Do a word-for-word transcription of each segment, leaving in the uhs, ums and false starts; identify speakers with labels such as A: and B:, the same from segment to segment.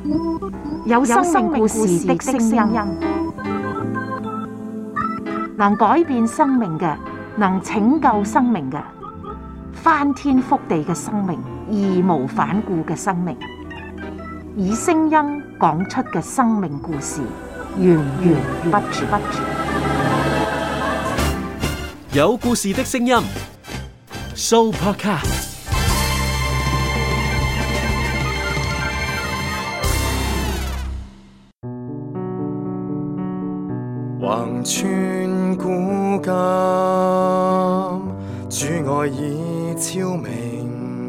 A: 有生命故事的聲音，能改變生命嘅，能拯救生命嘅，翻天覆地嘅生命，義無反顧嘅生命，以聲音講出嘅生命故事，源源不絕。
B: 有故事的聲音 ，Sooopodcast。
C: 橫穿古今，主愛已超明，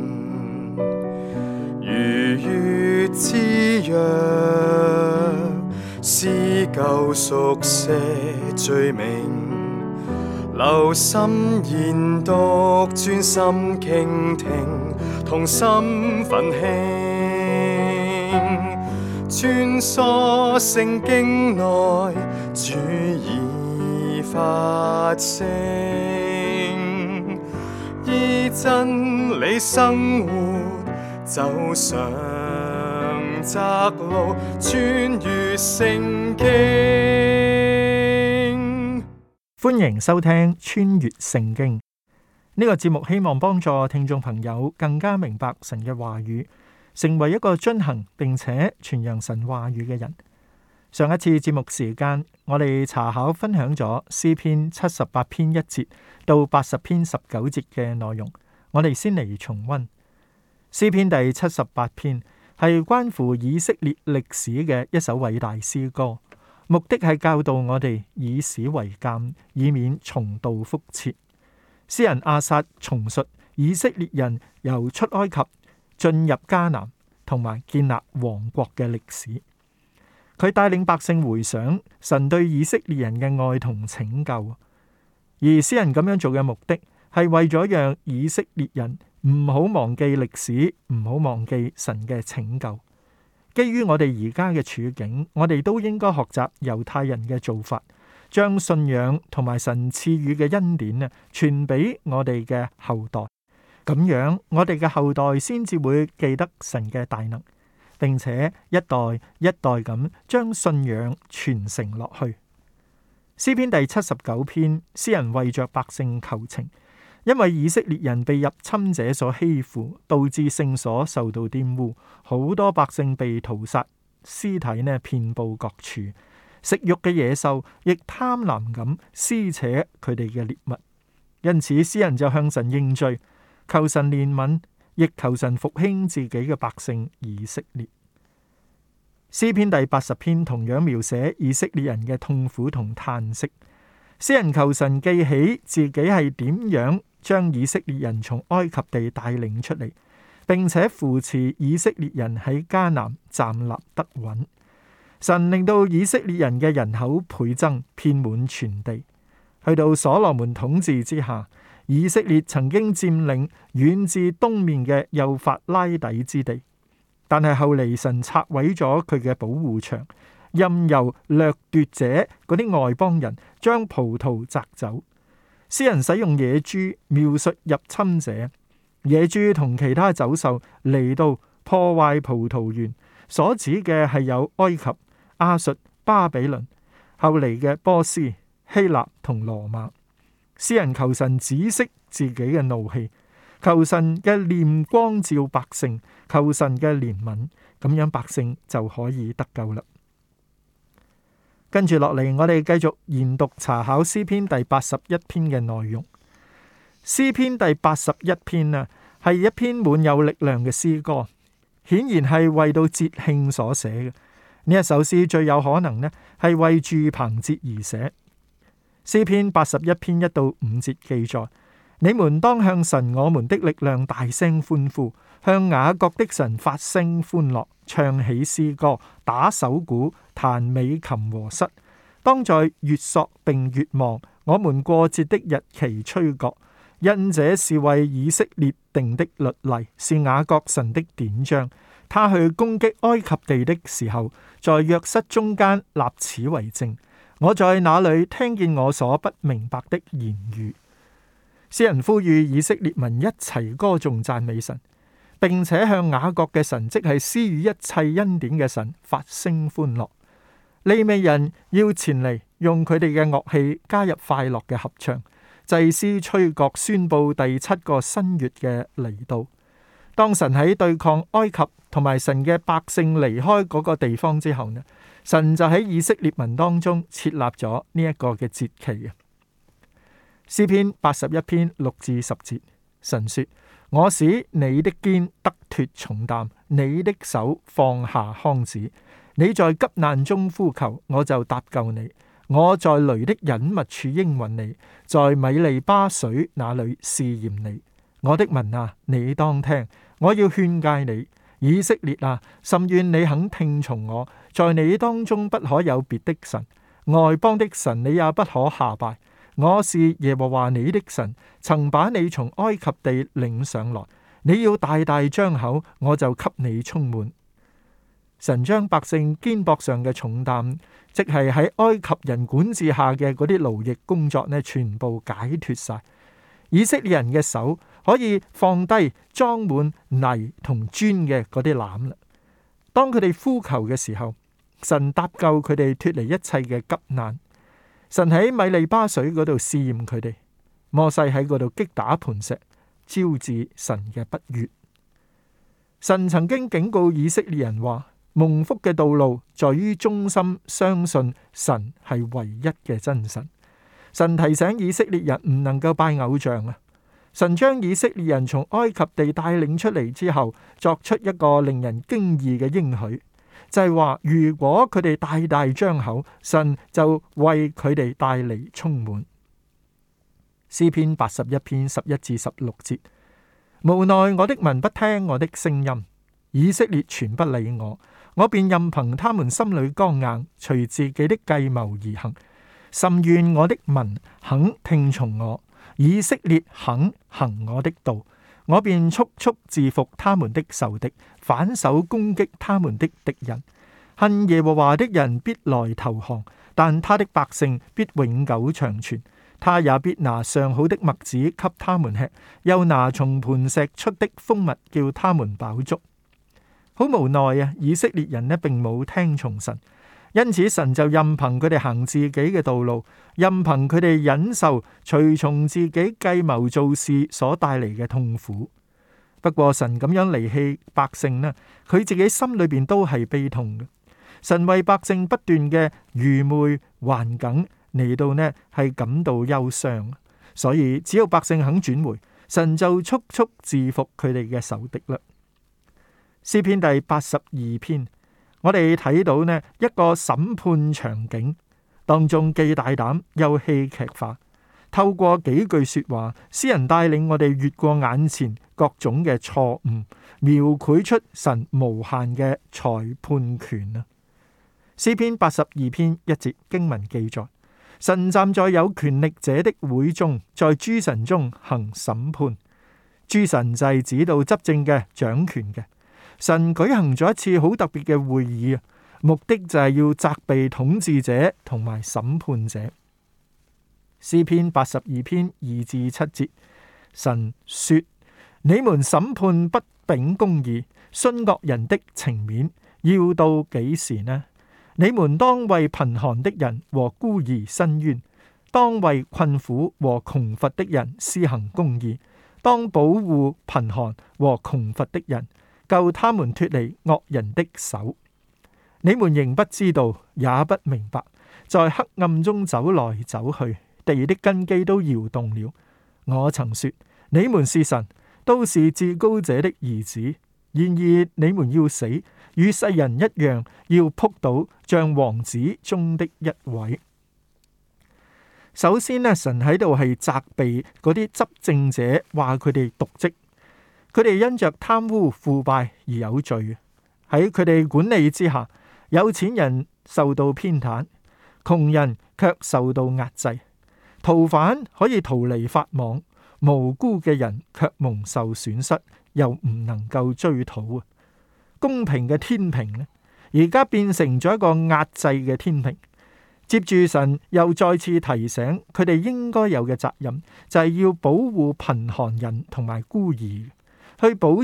C: 如月之約，撕舊熟寫罪名，留心研讀，專心傾聽，同心奮興，穿梭聖經內，主已發聲，依真理生活，走上窄路，穿越聖經。
D: 歡迎收聽穿越聖經呢個節目，希望幫助聽眾朋友更加明白神嘅話語，成為一個遵行並且傳揚神話語嘅人。上一次節目時間，我哋查考分享咗詩篇七十八篇一節到八十篇十九節嘅內容。我哋先嚟重溫詩篇第七十八篇，係關乎以色列歷史嘅一首偉大詩歌，目的係教導我哋以史為鑑，以免重蹈覆轍。詩人亞薩重述以色列人由出埃及進入迦南同埋建立王國嘅歷史。佢帶領百姓回想神對以色列人嘅愛同拯救，而詩人咁樣做嘅目的係為咗讓以色列人唔好忘記歷史，唔好忘記神嘅拯救。基於我哋而家嘅處境，我哋都應該學習猶太人嘅做法，將信仰同埋神賜予嘅恩典啊傳俾我哋嘅後代，咁樣我哋嘅後代先至會記得神嘅大能，並且一代一代咁將信仰傳承落去。詩篇第七十九篇，詩人為着百姓求情，因為以色列人被入侵者所欺負，導致聖所受到玷污，好多百姓被屠殺，屍體呢遍布各處，食肉嘅野獸亦貪婪咁撕扯佢哋嘅獵物。因此詩人就向神認罪，求神憐憫，亦求神復興自己嘅百姓以色列。詩篇第八十篇同樣描寫以色列人嘅痛苦同嘆息。詩人求神記起自己係點樣將以色列人從埃及地帶領出嚟，並且扶持以色列人喺迦南站立得穩。神令到以色列人嘅人口倍增，遍滿全地。去到所羅門統治之下，以色列曾經佔領遠至東面嘅幼發拉底之地，但係後嚟神拆毀咗佢嘅保護牆，任由掠奪者嗰啲外邦人將葡萄摘走。詩人使用野豬描述入侵者，野豬同其他走獸嚟到破壞葡萄園，所指嘅係有埃及、亞述、巴比倫，後嚟嘅波斯、希臘同羅馬。詩人求神止息自己嘅怒氣，求神嘅臉光照百姓，求神嘅憐憫，咁樣百姓就可以得救啦。跟住落嚟，我哋繼續研讀查考詩篇第八十一篇嘅內容。詩篇第八十一篇啊，係一篇滿有力量嘅詩歌，顯然係為到節慶所寫嘅。呢一首詩最有可能呢係為住棚節而寫。詩篇八十一篇一到五節記載：你們當向神我們的力量大聲歡呼，向雅各的神發聲歡樂，唱起詩歌，打手鼓，彈美琴和瑟。當在月朔並月望，我們過節的日期吹角，因這是為以色列定的律例，是雅各神的典章。他去攻擊埃及地的時候，在約瑟中間立此為證。我在那裏聽見我所不明白的言語。詩人呼籲以色列民一齊歌頌讚美神， 並且向雅各嘅神，即係施予一切恩典嘅神發聲歡樂。利未人要前嚟用佢哋嘅樂器加入快樂嘅合唱，祭司吹角宣布第七個新月嘅嚟到。當神喺對抗埃及同埋神嘅百姓離開嗰個地方之後呢，神就喺以色列民當中設立咗呢一個嘅節期嘅。詩篇八十一篇六至十節，神說：我使你的肩得脫重擔，你的手放下筐子。你在急難中呼求，我就搭救你；我在雷的隱密處應允你，在米利巴水那裏試驗你。我的民啊，你當聽，我要勸誡你。以色列啊，甚願你肯聽從我。在你當中不可有別的神，外邦的神你也不可下拜。我是耶和華你的神，曾把你從埃及地領上來。你要大大張口，我就給你充滿。神將百姓肩膊上嘅重擔，即係喺埃及人管治下嘅嗰啲勞役工作呢，全部解脫晒。以色列人嘅手可以放低裝滿泥同磚嘅嗰啲籃啦。當佢哋呼求嘅時候，神搭救佢哋脫離一切嘅急難。神喺米利巴水嗰度試驗佢哋，摩西喺嗰度擊打磐石，招致神嘅不悅。神曾經警告以色列人話：蒙福嘅道路在於忠心相信神係唯一嘅真神。神提醒以色列人唔能夠拜偶像啊！神將以色列人從埃及地帶領出嚟之後，作出一個令人驚異嘅應許，就係話如果佢哋大大張口，神就為佢哋帶嚟充滿。詩篇八十一篇十一至十六節：無奈我的民不聽我的聲音，以色列全不理我，我便任憑他們心裏剛硬，隨自己的計謀而行。甚願我的民肯聽從我，以色列肯行我的道，我便速速治服他們的仇敵，反手攻擊他們的敵人。恨耶和華的人必來投降，但他的百姓必永久長存。他也必拿上好的麥子給他們吃，又拿從磐石出的蜂蜜叫他們飽足。好無奈啊！以色列人呢並冇聽從神。因此神就任憑佢哋行自己嘅道路，任憑佢哋忍受隨從自己計謀做事所帶嚟嘅痛苦。不過神咁樣離棄百姓呢，佢自己心裏邊都係悲痛嘅。神為百姓不斷嘅愚昧頑梗嚟到呢係感到憂傷，所以只要百姓肯轉回，神就速速治服佢哋嘅仇敵啦。詩篇第八十二篇。我哋睇到呢一個審判場景當中，既大膽又戲劇化。透過幾句說話，詩人帶領我哋越過眼前各種嘅錯誤，描繪出神無限嘅裁判權啊！詩篇八十二篇一節經文記載：神站在有權力者的會中，在諸神中行審判。諸神就係指導執政嘅、掌權嘅。神舉行咗一次好特別嘅會議啊，目的就係要責備統治者同埋審判者。詩篇八十二篇二至七節，神說：你們審判不秉公義，徇惡人的情面，要到幾時呢？你們當為貧寒的人和孤兒伸冤，當為困苦和窮乏的人施行公義，當保護貧寒和窮乏的人，救他們脫離惡人的手。你們仍不知道，也不明白，在黑暗中走來走去，地的根基都搖動了。我曾說，你們是神，都是至高者的兒子。然而你們要死，與世人一樣，要仆倒，像王子中的一位。首先呢，神喺度係責備嗰啲執政者，話佢哋瀆職。佢哋因着貪污腐敗而有罪，喺佢哋管理之下，有錢人受到偏袒，窮人卻受到壓制，逃犯可以逃離法網，無辜嘅人卻蒙受損失，又唔能夠追討啊！公平嘅天平呢，而家變成咗一個壓制嘅天平。接住神又再次提醒佢哋應該有嘅責任，就係要保護貧寒人同埋孤兒，去保障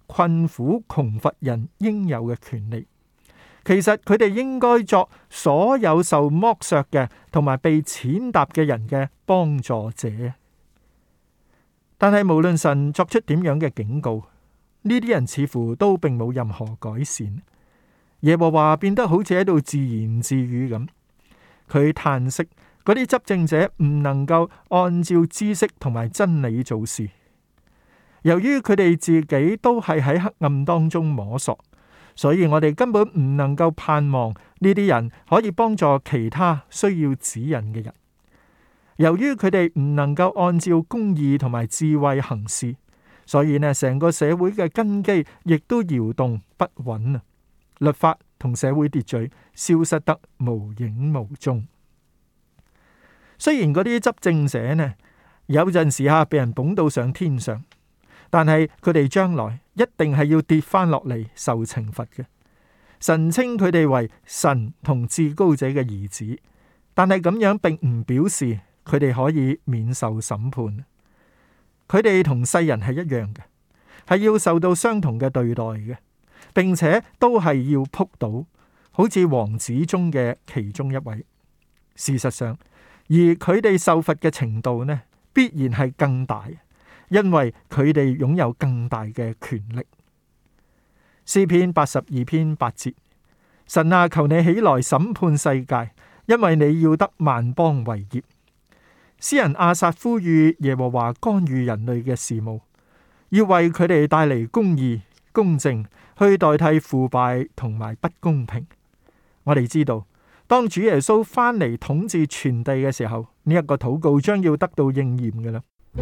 D: 困苦窮乏人應有嘅權利。其實佢哋應該作所有受剝削嘅同埋被踐踏嘅人嘅幫助者。但係無論神作出點樣嘅警告，呢啲人似乎都並冇任何改善。耶和華變得好似喺度自言自語咁，佢嘆息嗰啲執政者唔能夠按照知識同埋真理做事。由於佢哋自己都係喺黑暗當中摸索，所以我哋根本唔能夠盼望呢啲人可以幫助其他需要指引嘅人。由於佢哋唔能夠按照公義同埋智慧行事，所以呢，成個社會嘅根基亦都搖動不穩啊！律法同社會秩序消失得無影無蹤。雖然嗰啲執政者呢，有陣時吓被人捧到上天上，但係佢哋將來一定係要跌翻落嚟受懲罰嘅。神稱佢哋為神同至高者嘅兒子，但係咁樣並唔表示佢哋可以免受審判。佢哋同世人係一樣嘅，係要受到相同嘅對待嘅，並且都係要仆倒，好似王子中嘅其中一位。事實上，而佢哋受罰嘅程度呢，必然係更大，因為佢哋擁有更大嘅權力。詩篇八十二篇八節：神啊，求你起來審判世界，因為你要得萬邦為業。詩人亞薩呼籲耶和華干預人類嘅事務，要為佢哋帶嚟公義、公正，去代替腐敗同埋不公平。我哋知道，當主耶穌翻嚟統治全地嘅時候，呢、這、一個禱告將要得到應驗嘅啦。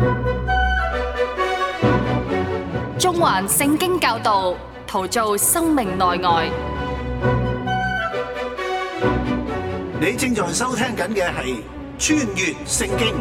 E: 中環聖經教導，陶造生命內外。
F: 你正在收聽緊嘅係穿越聖經。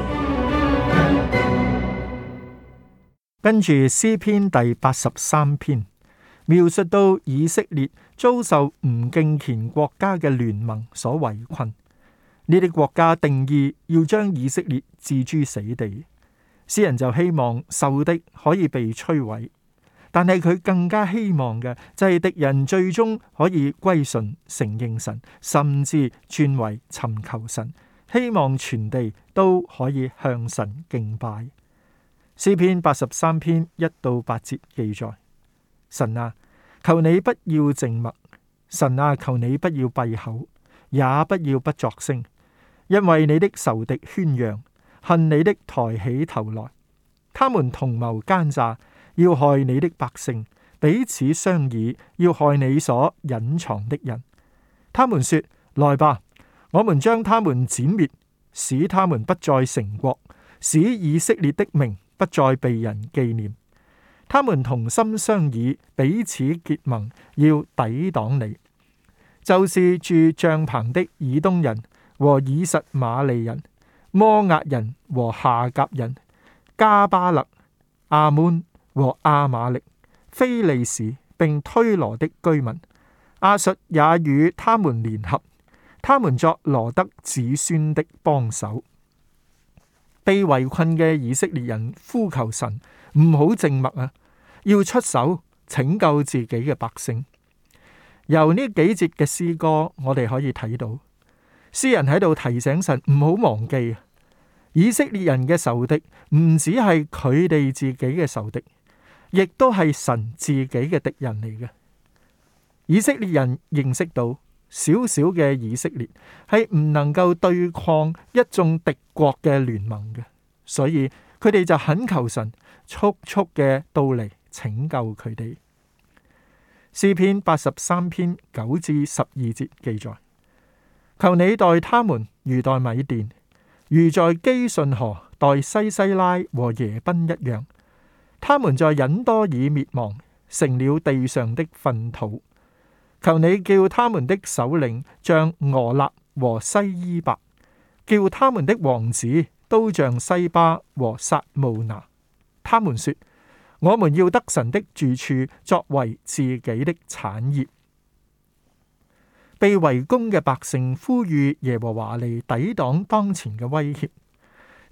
D: 跟住詩篇第八十三篇描述到以色列遭受唔敬虔國家嘅聯盟所圍困，呢啲國家定義要將以色列置諸死地。詩人就希望仇敵可以被摧毀，但係佢更加希望嘅就係敵人最終可以歸順承認神，甚至轉為尋求神。希望全地都可以向神敬拜。詩篇八十三篇一到八節記載：神啊，求你不要靜默；神啊，求你不要閉口，也不要不作聲，因為你的仇敵喧嚷，恨你的抬起頭來。他們同謀奸詐，要害你的百姓，彼此商議，要害你所隱藏的人。他們說：來吧，我們將他們剪滅，使他們不再成國，使以色列的名不再被人紀念。他們同心商議，彼此結盟，要抵擋你。就是住帳棚的以東人和以實瑪利人、摩押人和夏甲人、加巴勒、亞捫和亞瑪力、非利士並推羅的居民。亞述也與他們聯合，他們作羅得子孫的幫手。被圍困嘅以色列人呼求神唔好靜默啊，要出手拯救自己嘅百姓。由呢幾節嘅詩歌，我哋可以睇到詩人喺度提醒神唔好忘記，以色列人嘅仇敵唔只係佢哋自己嘅仇敵，亦都係神自己嘅敵人嚟嘅。以色列人認識到小小嘅以色列係唔能夠對抗一眾敵國嘅聯盟嘅，所以佢哋就懇求神速速嘅到嚟拯救佢哋。詩篇八十三篇九至十二節記載：求你待他們如待米甸，如在基順河待西西拉和耶賓一樣。他們在隱多爾滅亡，成了地上的糞土。求你叫他們的首領像俄勒和西伊伯，叫他們的王子都像西巴和撒慕拿。他們說：我們要得神的住處，作為自己的產業。被圍攻嘅百姓呼籲耶和華嚟抵擋當前嘅威脅。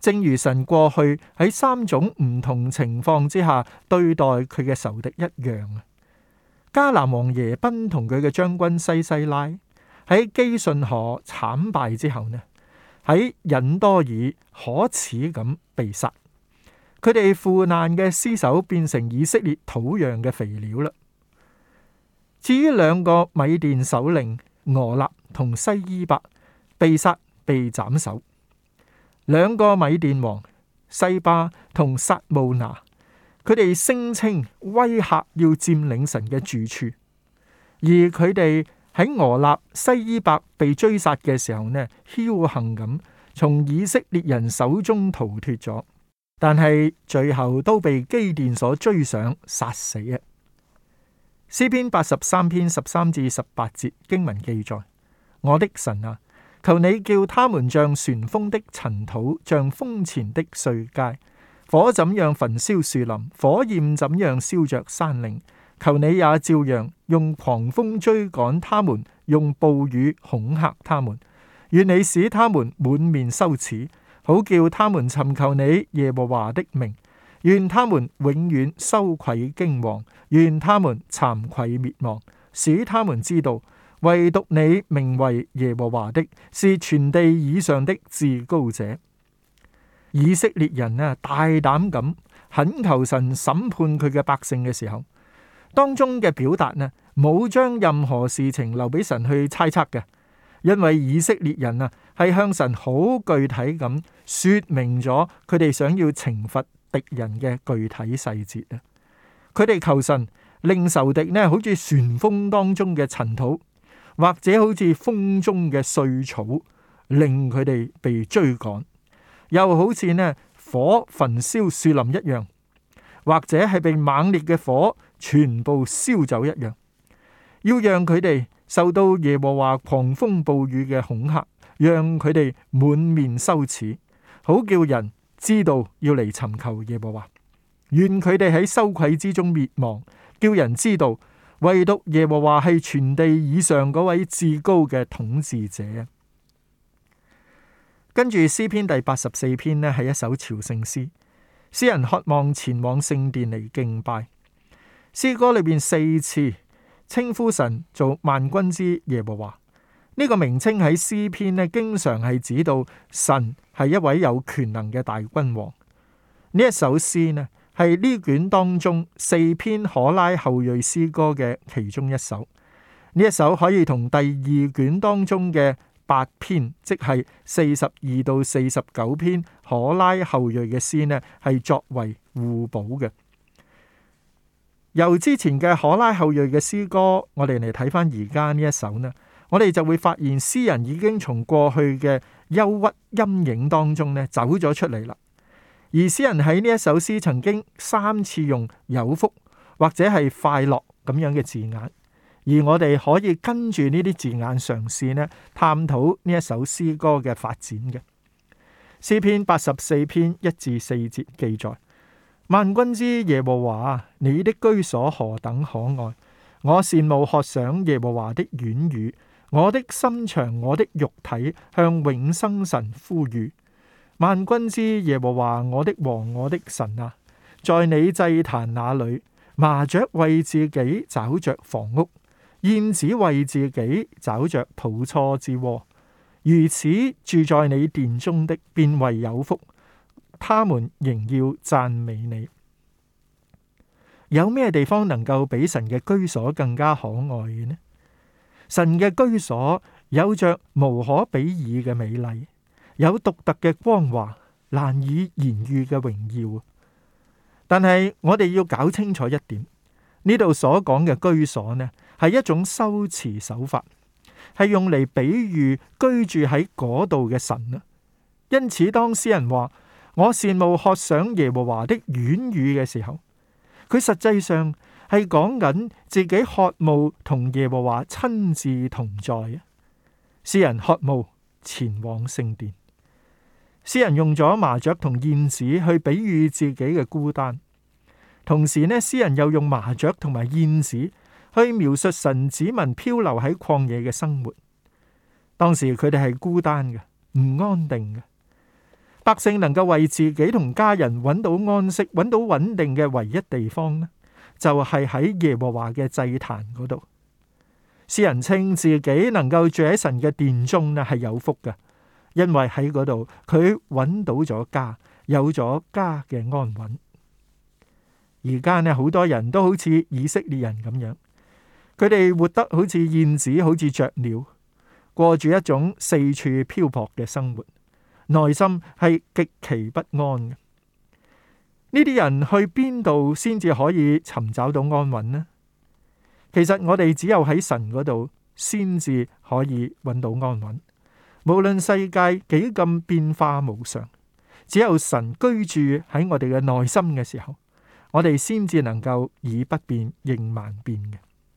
D: 正如神過去喺三種唔同情況之下對待佢嘅仇敵一樣。迦南王耶賓同佢嘅將軍西西拉喺基順河慘敗之後呢，喺隱多爾可恥咁被殺，佢哋腐爛嘅屍首變成以色列土壤嘅肥料啦。至於兩個米甸首領俄立同西伊伯被殺被斬首，兩個米甸王西巴同撒慕拿，佢哋聲稱威嚇要佔領神嘅住處，而佢哋喺俄立西伊伯被追殺嘅時候呢，僥倖咁從以色列人手中逃脫咗，但係最後都被基甸所追上殺死啊！詩篇八十三篇十三至十八節經文記載：我的神啊，求你叫他們像旋風的塵土，像風前的碎秸。火怎樣焚燒樹林，火焰怎樣燒着山嶺。求你也照樣用狂風追趕他們，用暴雨恐嚇他們。願你使他們滿面羞恥，好叫他們尋求你耶和華的名。願他們永遠羞愧驚惶，願他們慚愧滅亡，使他們知道，唯獨你名為耶和華的，是全地以上的至高者。以色列人啊，大膽咁懇求神審判佢嘅百姓嘅時候，當中嘅表達呢，冇將任何事情留俾神去猜測嘅，因為以色列人啊係向神好具體咁說明咗佢哋想要懲罰敵人嘅具體細節啊！佢哋求神令仇敵呢，好似旋風當中嘅塵土，或者好似風中嘅碎草，令佢哋被追趕，又好似呢火焚燒樹林一樣，或者係被猛烈嘅火全部燒走一樣，要讓佢哋受到耶和華狂風暴雨嘅恐嚇，讓佢哋滿面羞恥，好叫人知道要嚟尋求耶和華。願佢哋喺羞愧之中滅亡，叫人知道唯獨耶和華係全地以上嗰位至高嘅統治者。跟住詩篇第八十四篇呢，係一首朝聖詩，詩人渴望前往聖殿嚟敬拜。詩歌裏邊四次稱呼神做萬軍之耶和華，呢個名稱喺詩篇呢，經常係指到神係一位有權能嘅大君王。呢一首詩呢，係呢卷當中四篇可拉後裔詩歌嘅其中一首。呢一首可以同第二卷當中嘅八篇，即係四十二到四十九篇可拉後裔嘅詩呢，係作為互補嘅。由之前嘅可拉後裔嘅詩歌，我哋嚟睇翻而家呢一首呢，我哋就會發現詩人已經從過去嘅憂鬱陰影當中呢走咗出嚟啦。而詩人喺呢一首詩曾經三次用有福或者係快樂咁樣嘅字眼，而我哋可以跟住呢啲字眼嘗試呢探討呢一首詩歌嘅發展嘅。詩篇八十四篇一至四節記載：萬軍之耶和華，你的居所何等可愛！我羨慕渴想耶和華的院宇，我的心腸，我的肉體向永生神呼籲。萬軍之耶和華，我的王，我的神啊，在你祭壇那裏，麻雀為自己找着房屋，燕子為自己找着抱雛之窩。如此住在你殿中的，便為有福，他們仍要讚美你。有咩地方能夠比神嘅居所更加可愛嘅呢？神嘅居所有着無可比擬嘅美麗，有獨特嘅光華，難以言喻嘅榮耀。但係我哋要搞清楚一點，呢度所講嘅居所呢，係一種修辭手法，係用嚟比喻居住喺嗰度嘅神啊。因此，當詩人話我羨慕渴想耶和華的院宇嘅時候，佢實際上係講緊自己渴慕同耶和華親自同在啊。詩人渴慕前往聖殿。詩人用咗麻雀同燕子去比喻自己嘅孤單，同時呢，詩人又用麻雀同埋燕子去描述神子民漂流喺曠野嘅生活。當時佢哋係孤單嘅，唔安定嘅。 百姓能夠為自己同家人揾到安息、揾到穩定嘅唯一地方呢，就係喺耶和華嘅祭壇嗰度。詩人稱自己能夠住喺神嘅殿中呢，係有福嘅，因為喺嗰度佢揾到咗家，有咗家嘅安穩。而家呢，好多人都好似以色列人咁樣，佢哋活得好似燕子，好似雀鳥，過住一種四處漂泊嘅生活，內心係極其不安嘅。呢啲人去邊度先至可以尋找到安穩呢？其實我哋只有喺神嗰度先至可以揾到安穩。無論世界幾咁變化無常，只有神居住喺我哋嘅內心嘅時候，我哋先至能夠以不變應萬變嘅。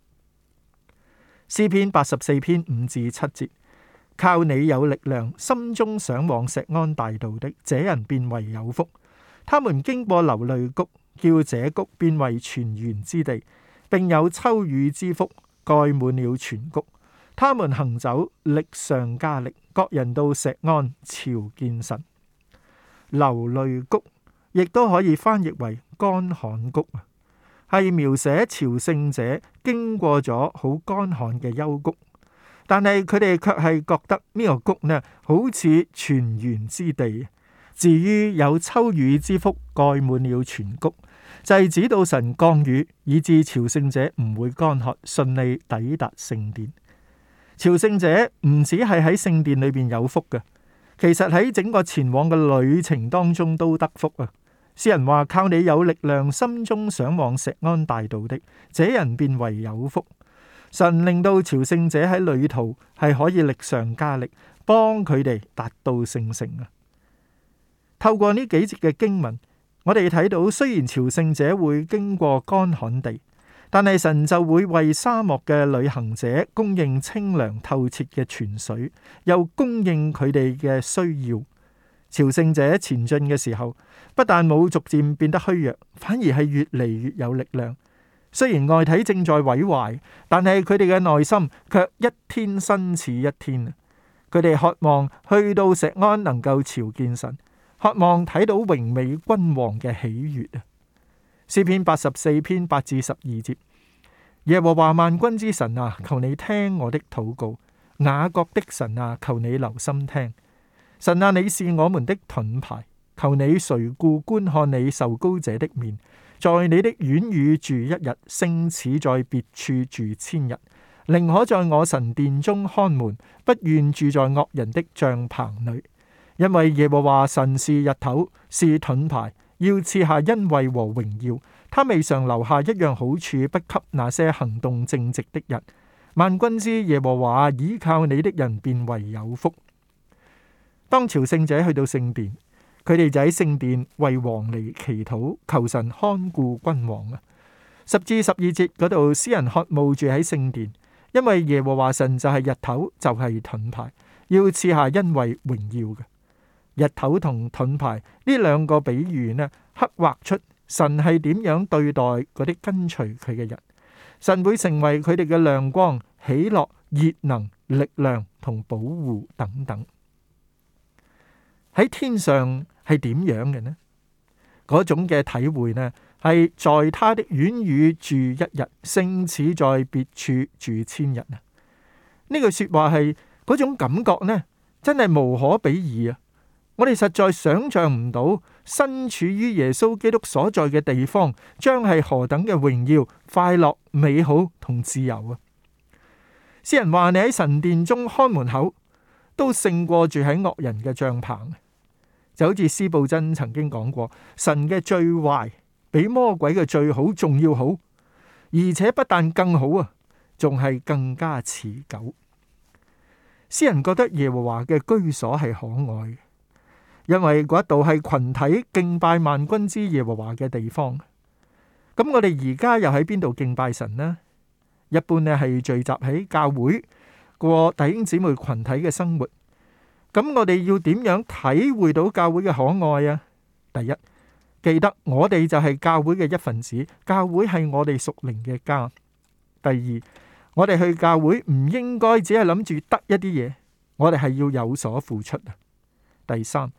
D: 詩篇八十四篇五至七節：靠你有力量，心中想往錫安大道的，這人便為有福。他們經過流淚谷，叫這谷變為泉源之地，並有秋雨之福，蓋滿了全谷。他們行走，力上加力，各人到錫安朝見神。流淚谷亦都可以翻譯為乾旱谷，係描寫朝聖者經過咗好乾旱嘅幽谷，但係佢哋卻係覺得呢個谷呢，好似泉源之地。至於有秋雨之福，蓋滿了全谷，就係指到神降雨，以致朝聖者唔會乾渴，順利抵達聖殿。朝聖者唔止係喺聖殿裏邊有福嘅，其實喺整個前往嘅旅程當中都得福啊！詩人話：靠你有力量，心中想往錫安大道的，這人便為有福。神令到朝聖者喺旅途係可以力上加力，幫佢哋達到聖城啊！透過呢幾節嘅經文，我哋睇到雖然朝聖者會經過乾旱地，但係神就會為沙漠嘅旅行者供應清涼透徹嘅泉水，又供應佢哋嘅需要。朝聖者前進嘅時候，不但冇逐漸變得虛弱，反而係越嚟越有力量。雖然外體正在毀壞，但係佢哋嘅內心卻一天新似一天。佢哋渴望去到錫安能夠朝見神，渴望睇到榮美君王嘅喜悅啊！詩篇八十四篇八至十二節：耶和華萬軍之神啊，求你聽我的禱告；雅各的神啊，求你留心聽。神啊，你是我們的盾牌，求你垂顧觀看你受膏者的面，在你的院宇住一日，勝似在別處住千日。寧可在我神殿中看門，不願住在惡人的帳棚裏。因為耶和華神是日頭，是盾牌，要賜下恩惠和榮耀。他未嘗留下一樣好處，不給那些行動正直的人。萬軍之耶和華，倚靠你的人便為有福。當朝聖者去到聖殿，佢哋就喺聖殿為王嚟祈禱，求神看顧君王啊。十至十二節嗰度，詩人渴慕住喺聖殿，因為耶和華神就係日頭，就係盾牌，要賜下恩惠榮耀嘅。日頭同盾牌呢兩個比喻呢，刻畫出神係點樣對待嗰啲跟隨佢嘅人。神會成為佢哋嘅亮光、喜樂、熱能、力量同保護等等。喺天上係點樣嘅呢？嗰種嘅體會呢，係在他的院宇住一日，勝似在別處住千日啊！呢句說話係嗰種感覺呢，真係無可比擬啊！我哋實在想象唔到身處於耶穌基督所在嘅地方，將係何等嘅榮耀、快樂、美好同自由啊！詩人話：你喺神殿中看門口，都勝過住喺惡人嘅帳棚。就好似司布真曾經講過，神嘅最壞比魔鬼嘅最好仲要好，而且不但更好啊，仲係更加持久。詩人覺得耶和華嘅居所係可愛嘅，因為嗰一度係群體敬拜萬軍之耶和華嘅地方。咁我哋而家又喺邊度敬拜神呢？一般呢係聚集喺教會過弟兄姊妹群體嘅生活。咁我哋要點樣體會到教會嘅可愛啊？第一，記得我哋就係教會嘅一份子，教會係我哋屬靈嘅家。第二，我哋去教會唔應該只係諗住得一啲嘢，我哋係要有所付出啊。第三，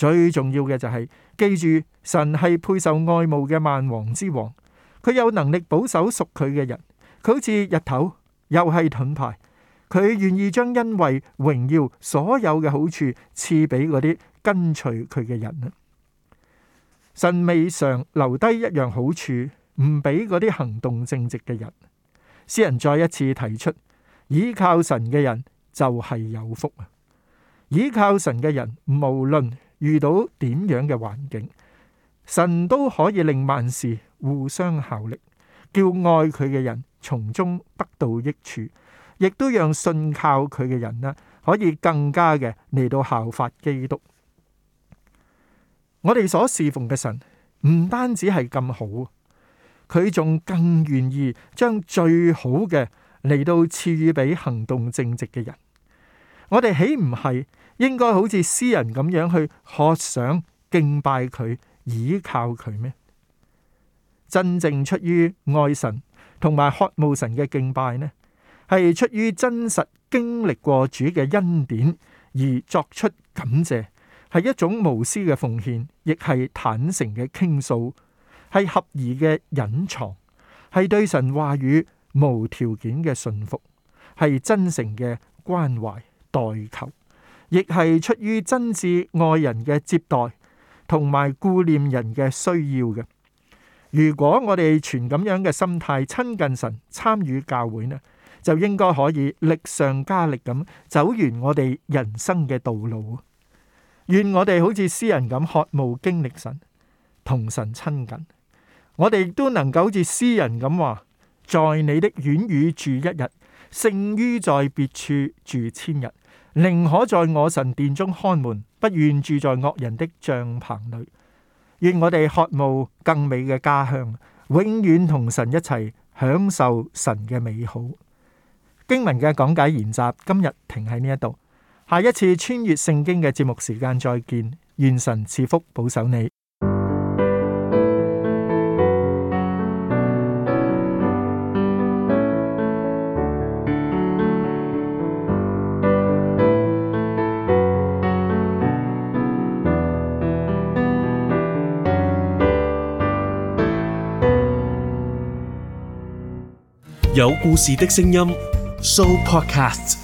D: 最重要嘅就係記住，神係配受愛慕嘅萬王之王，佢有能力保守屬佢嘅人，佢好似日頭，又係盾牌，佢願意將恩惠、榮耀、所有嘅好處賜俾嗰啲跟隨佢嘅人啊！神未嘗留低一樣好處，唔俾嗰啲行動正直嘅人。詩人再一次提出，倚靠神嘅人就係有福啊！倚靠神嘅人，無論遇到點樣嘅環境，神都可以令萬事互相效力，叫愛佢嘅人從中得到益處，亦都讓信靠佢嘅人呢，可以更加嘅嚟到效法基督。我哋所侍奉嘅神唔單止係咁好，佢仲更願意將最好嘅嚟到賜予俾行動正直嘅人。我哋豈唔係應該好似詩人咁樣去渴想敬拜佢、倚靠佢咩？真正出於愛神同埋渴慕神嘅敬拜呢，係出於真實經歷過主嘅恩典而作出感謝，係一種無私嘅奉獻，亦係坦誠嘅傾訴，係合宜嘅隱藏，係對神話語無條件嘅信服，係真誠嘅關懷代求，亦係出於真摯愛人嘅接待，同埋顧念人嘅需要嘅。如果我哋存咁樣嘅心態親近神、參與教會呢，就應該可以力上加力咁走完我哋人生嘅道路。願我哋好似詩人咁渴慕經歷神，同神親近。我哋亦都能夠好似詩人咁話，在你的院宇住一日，勝於在別處住千日。寧可在我神殿中看門，不願住在惡人的帳棚裏。願我哋渴慕更美嘅家鄉，永遠同神一齊享受神嘅美好。經文嘅講解研習今日停喺呢一度，下一次穿越聖經嘅節目時間再見。願神賜福保守你。
B: 有故事的聲音 Show Podcast。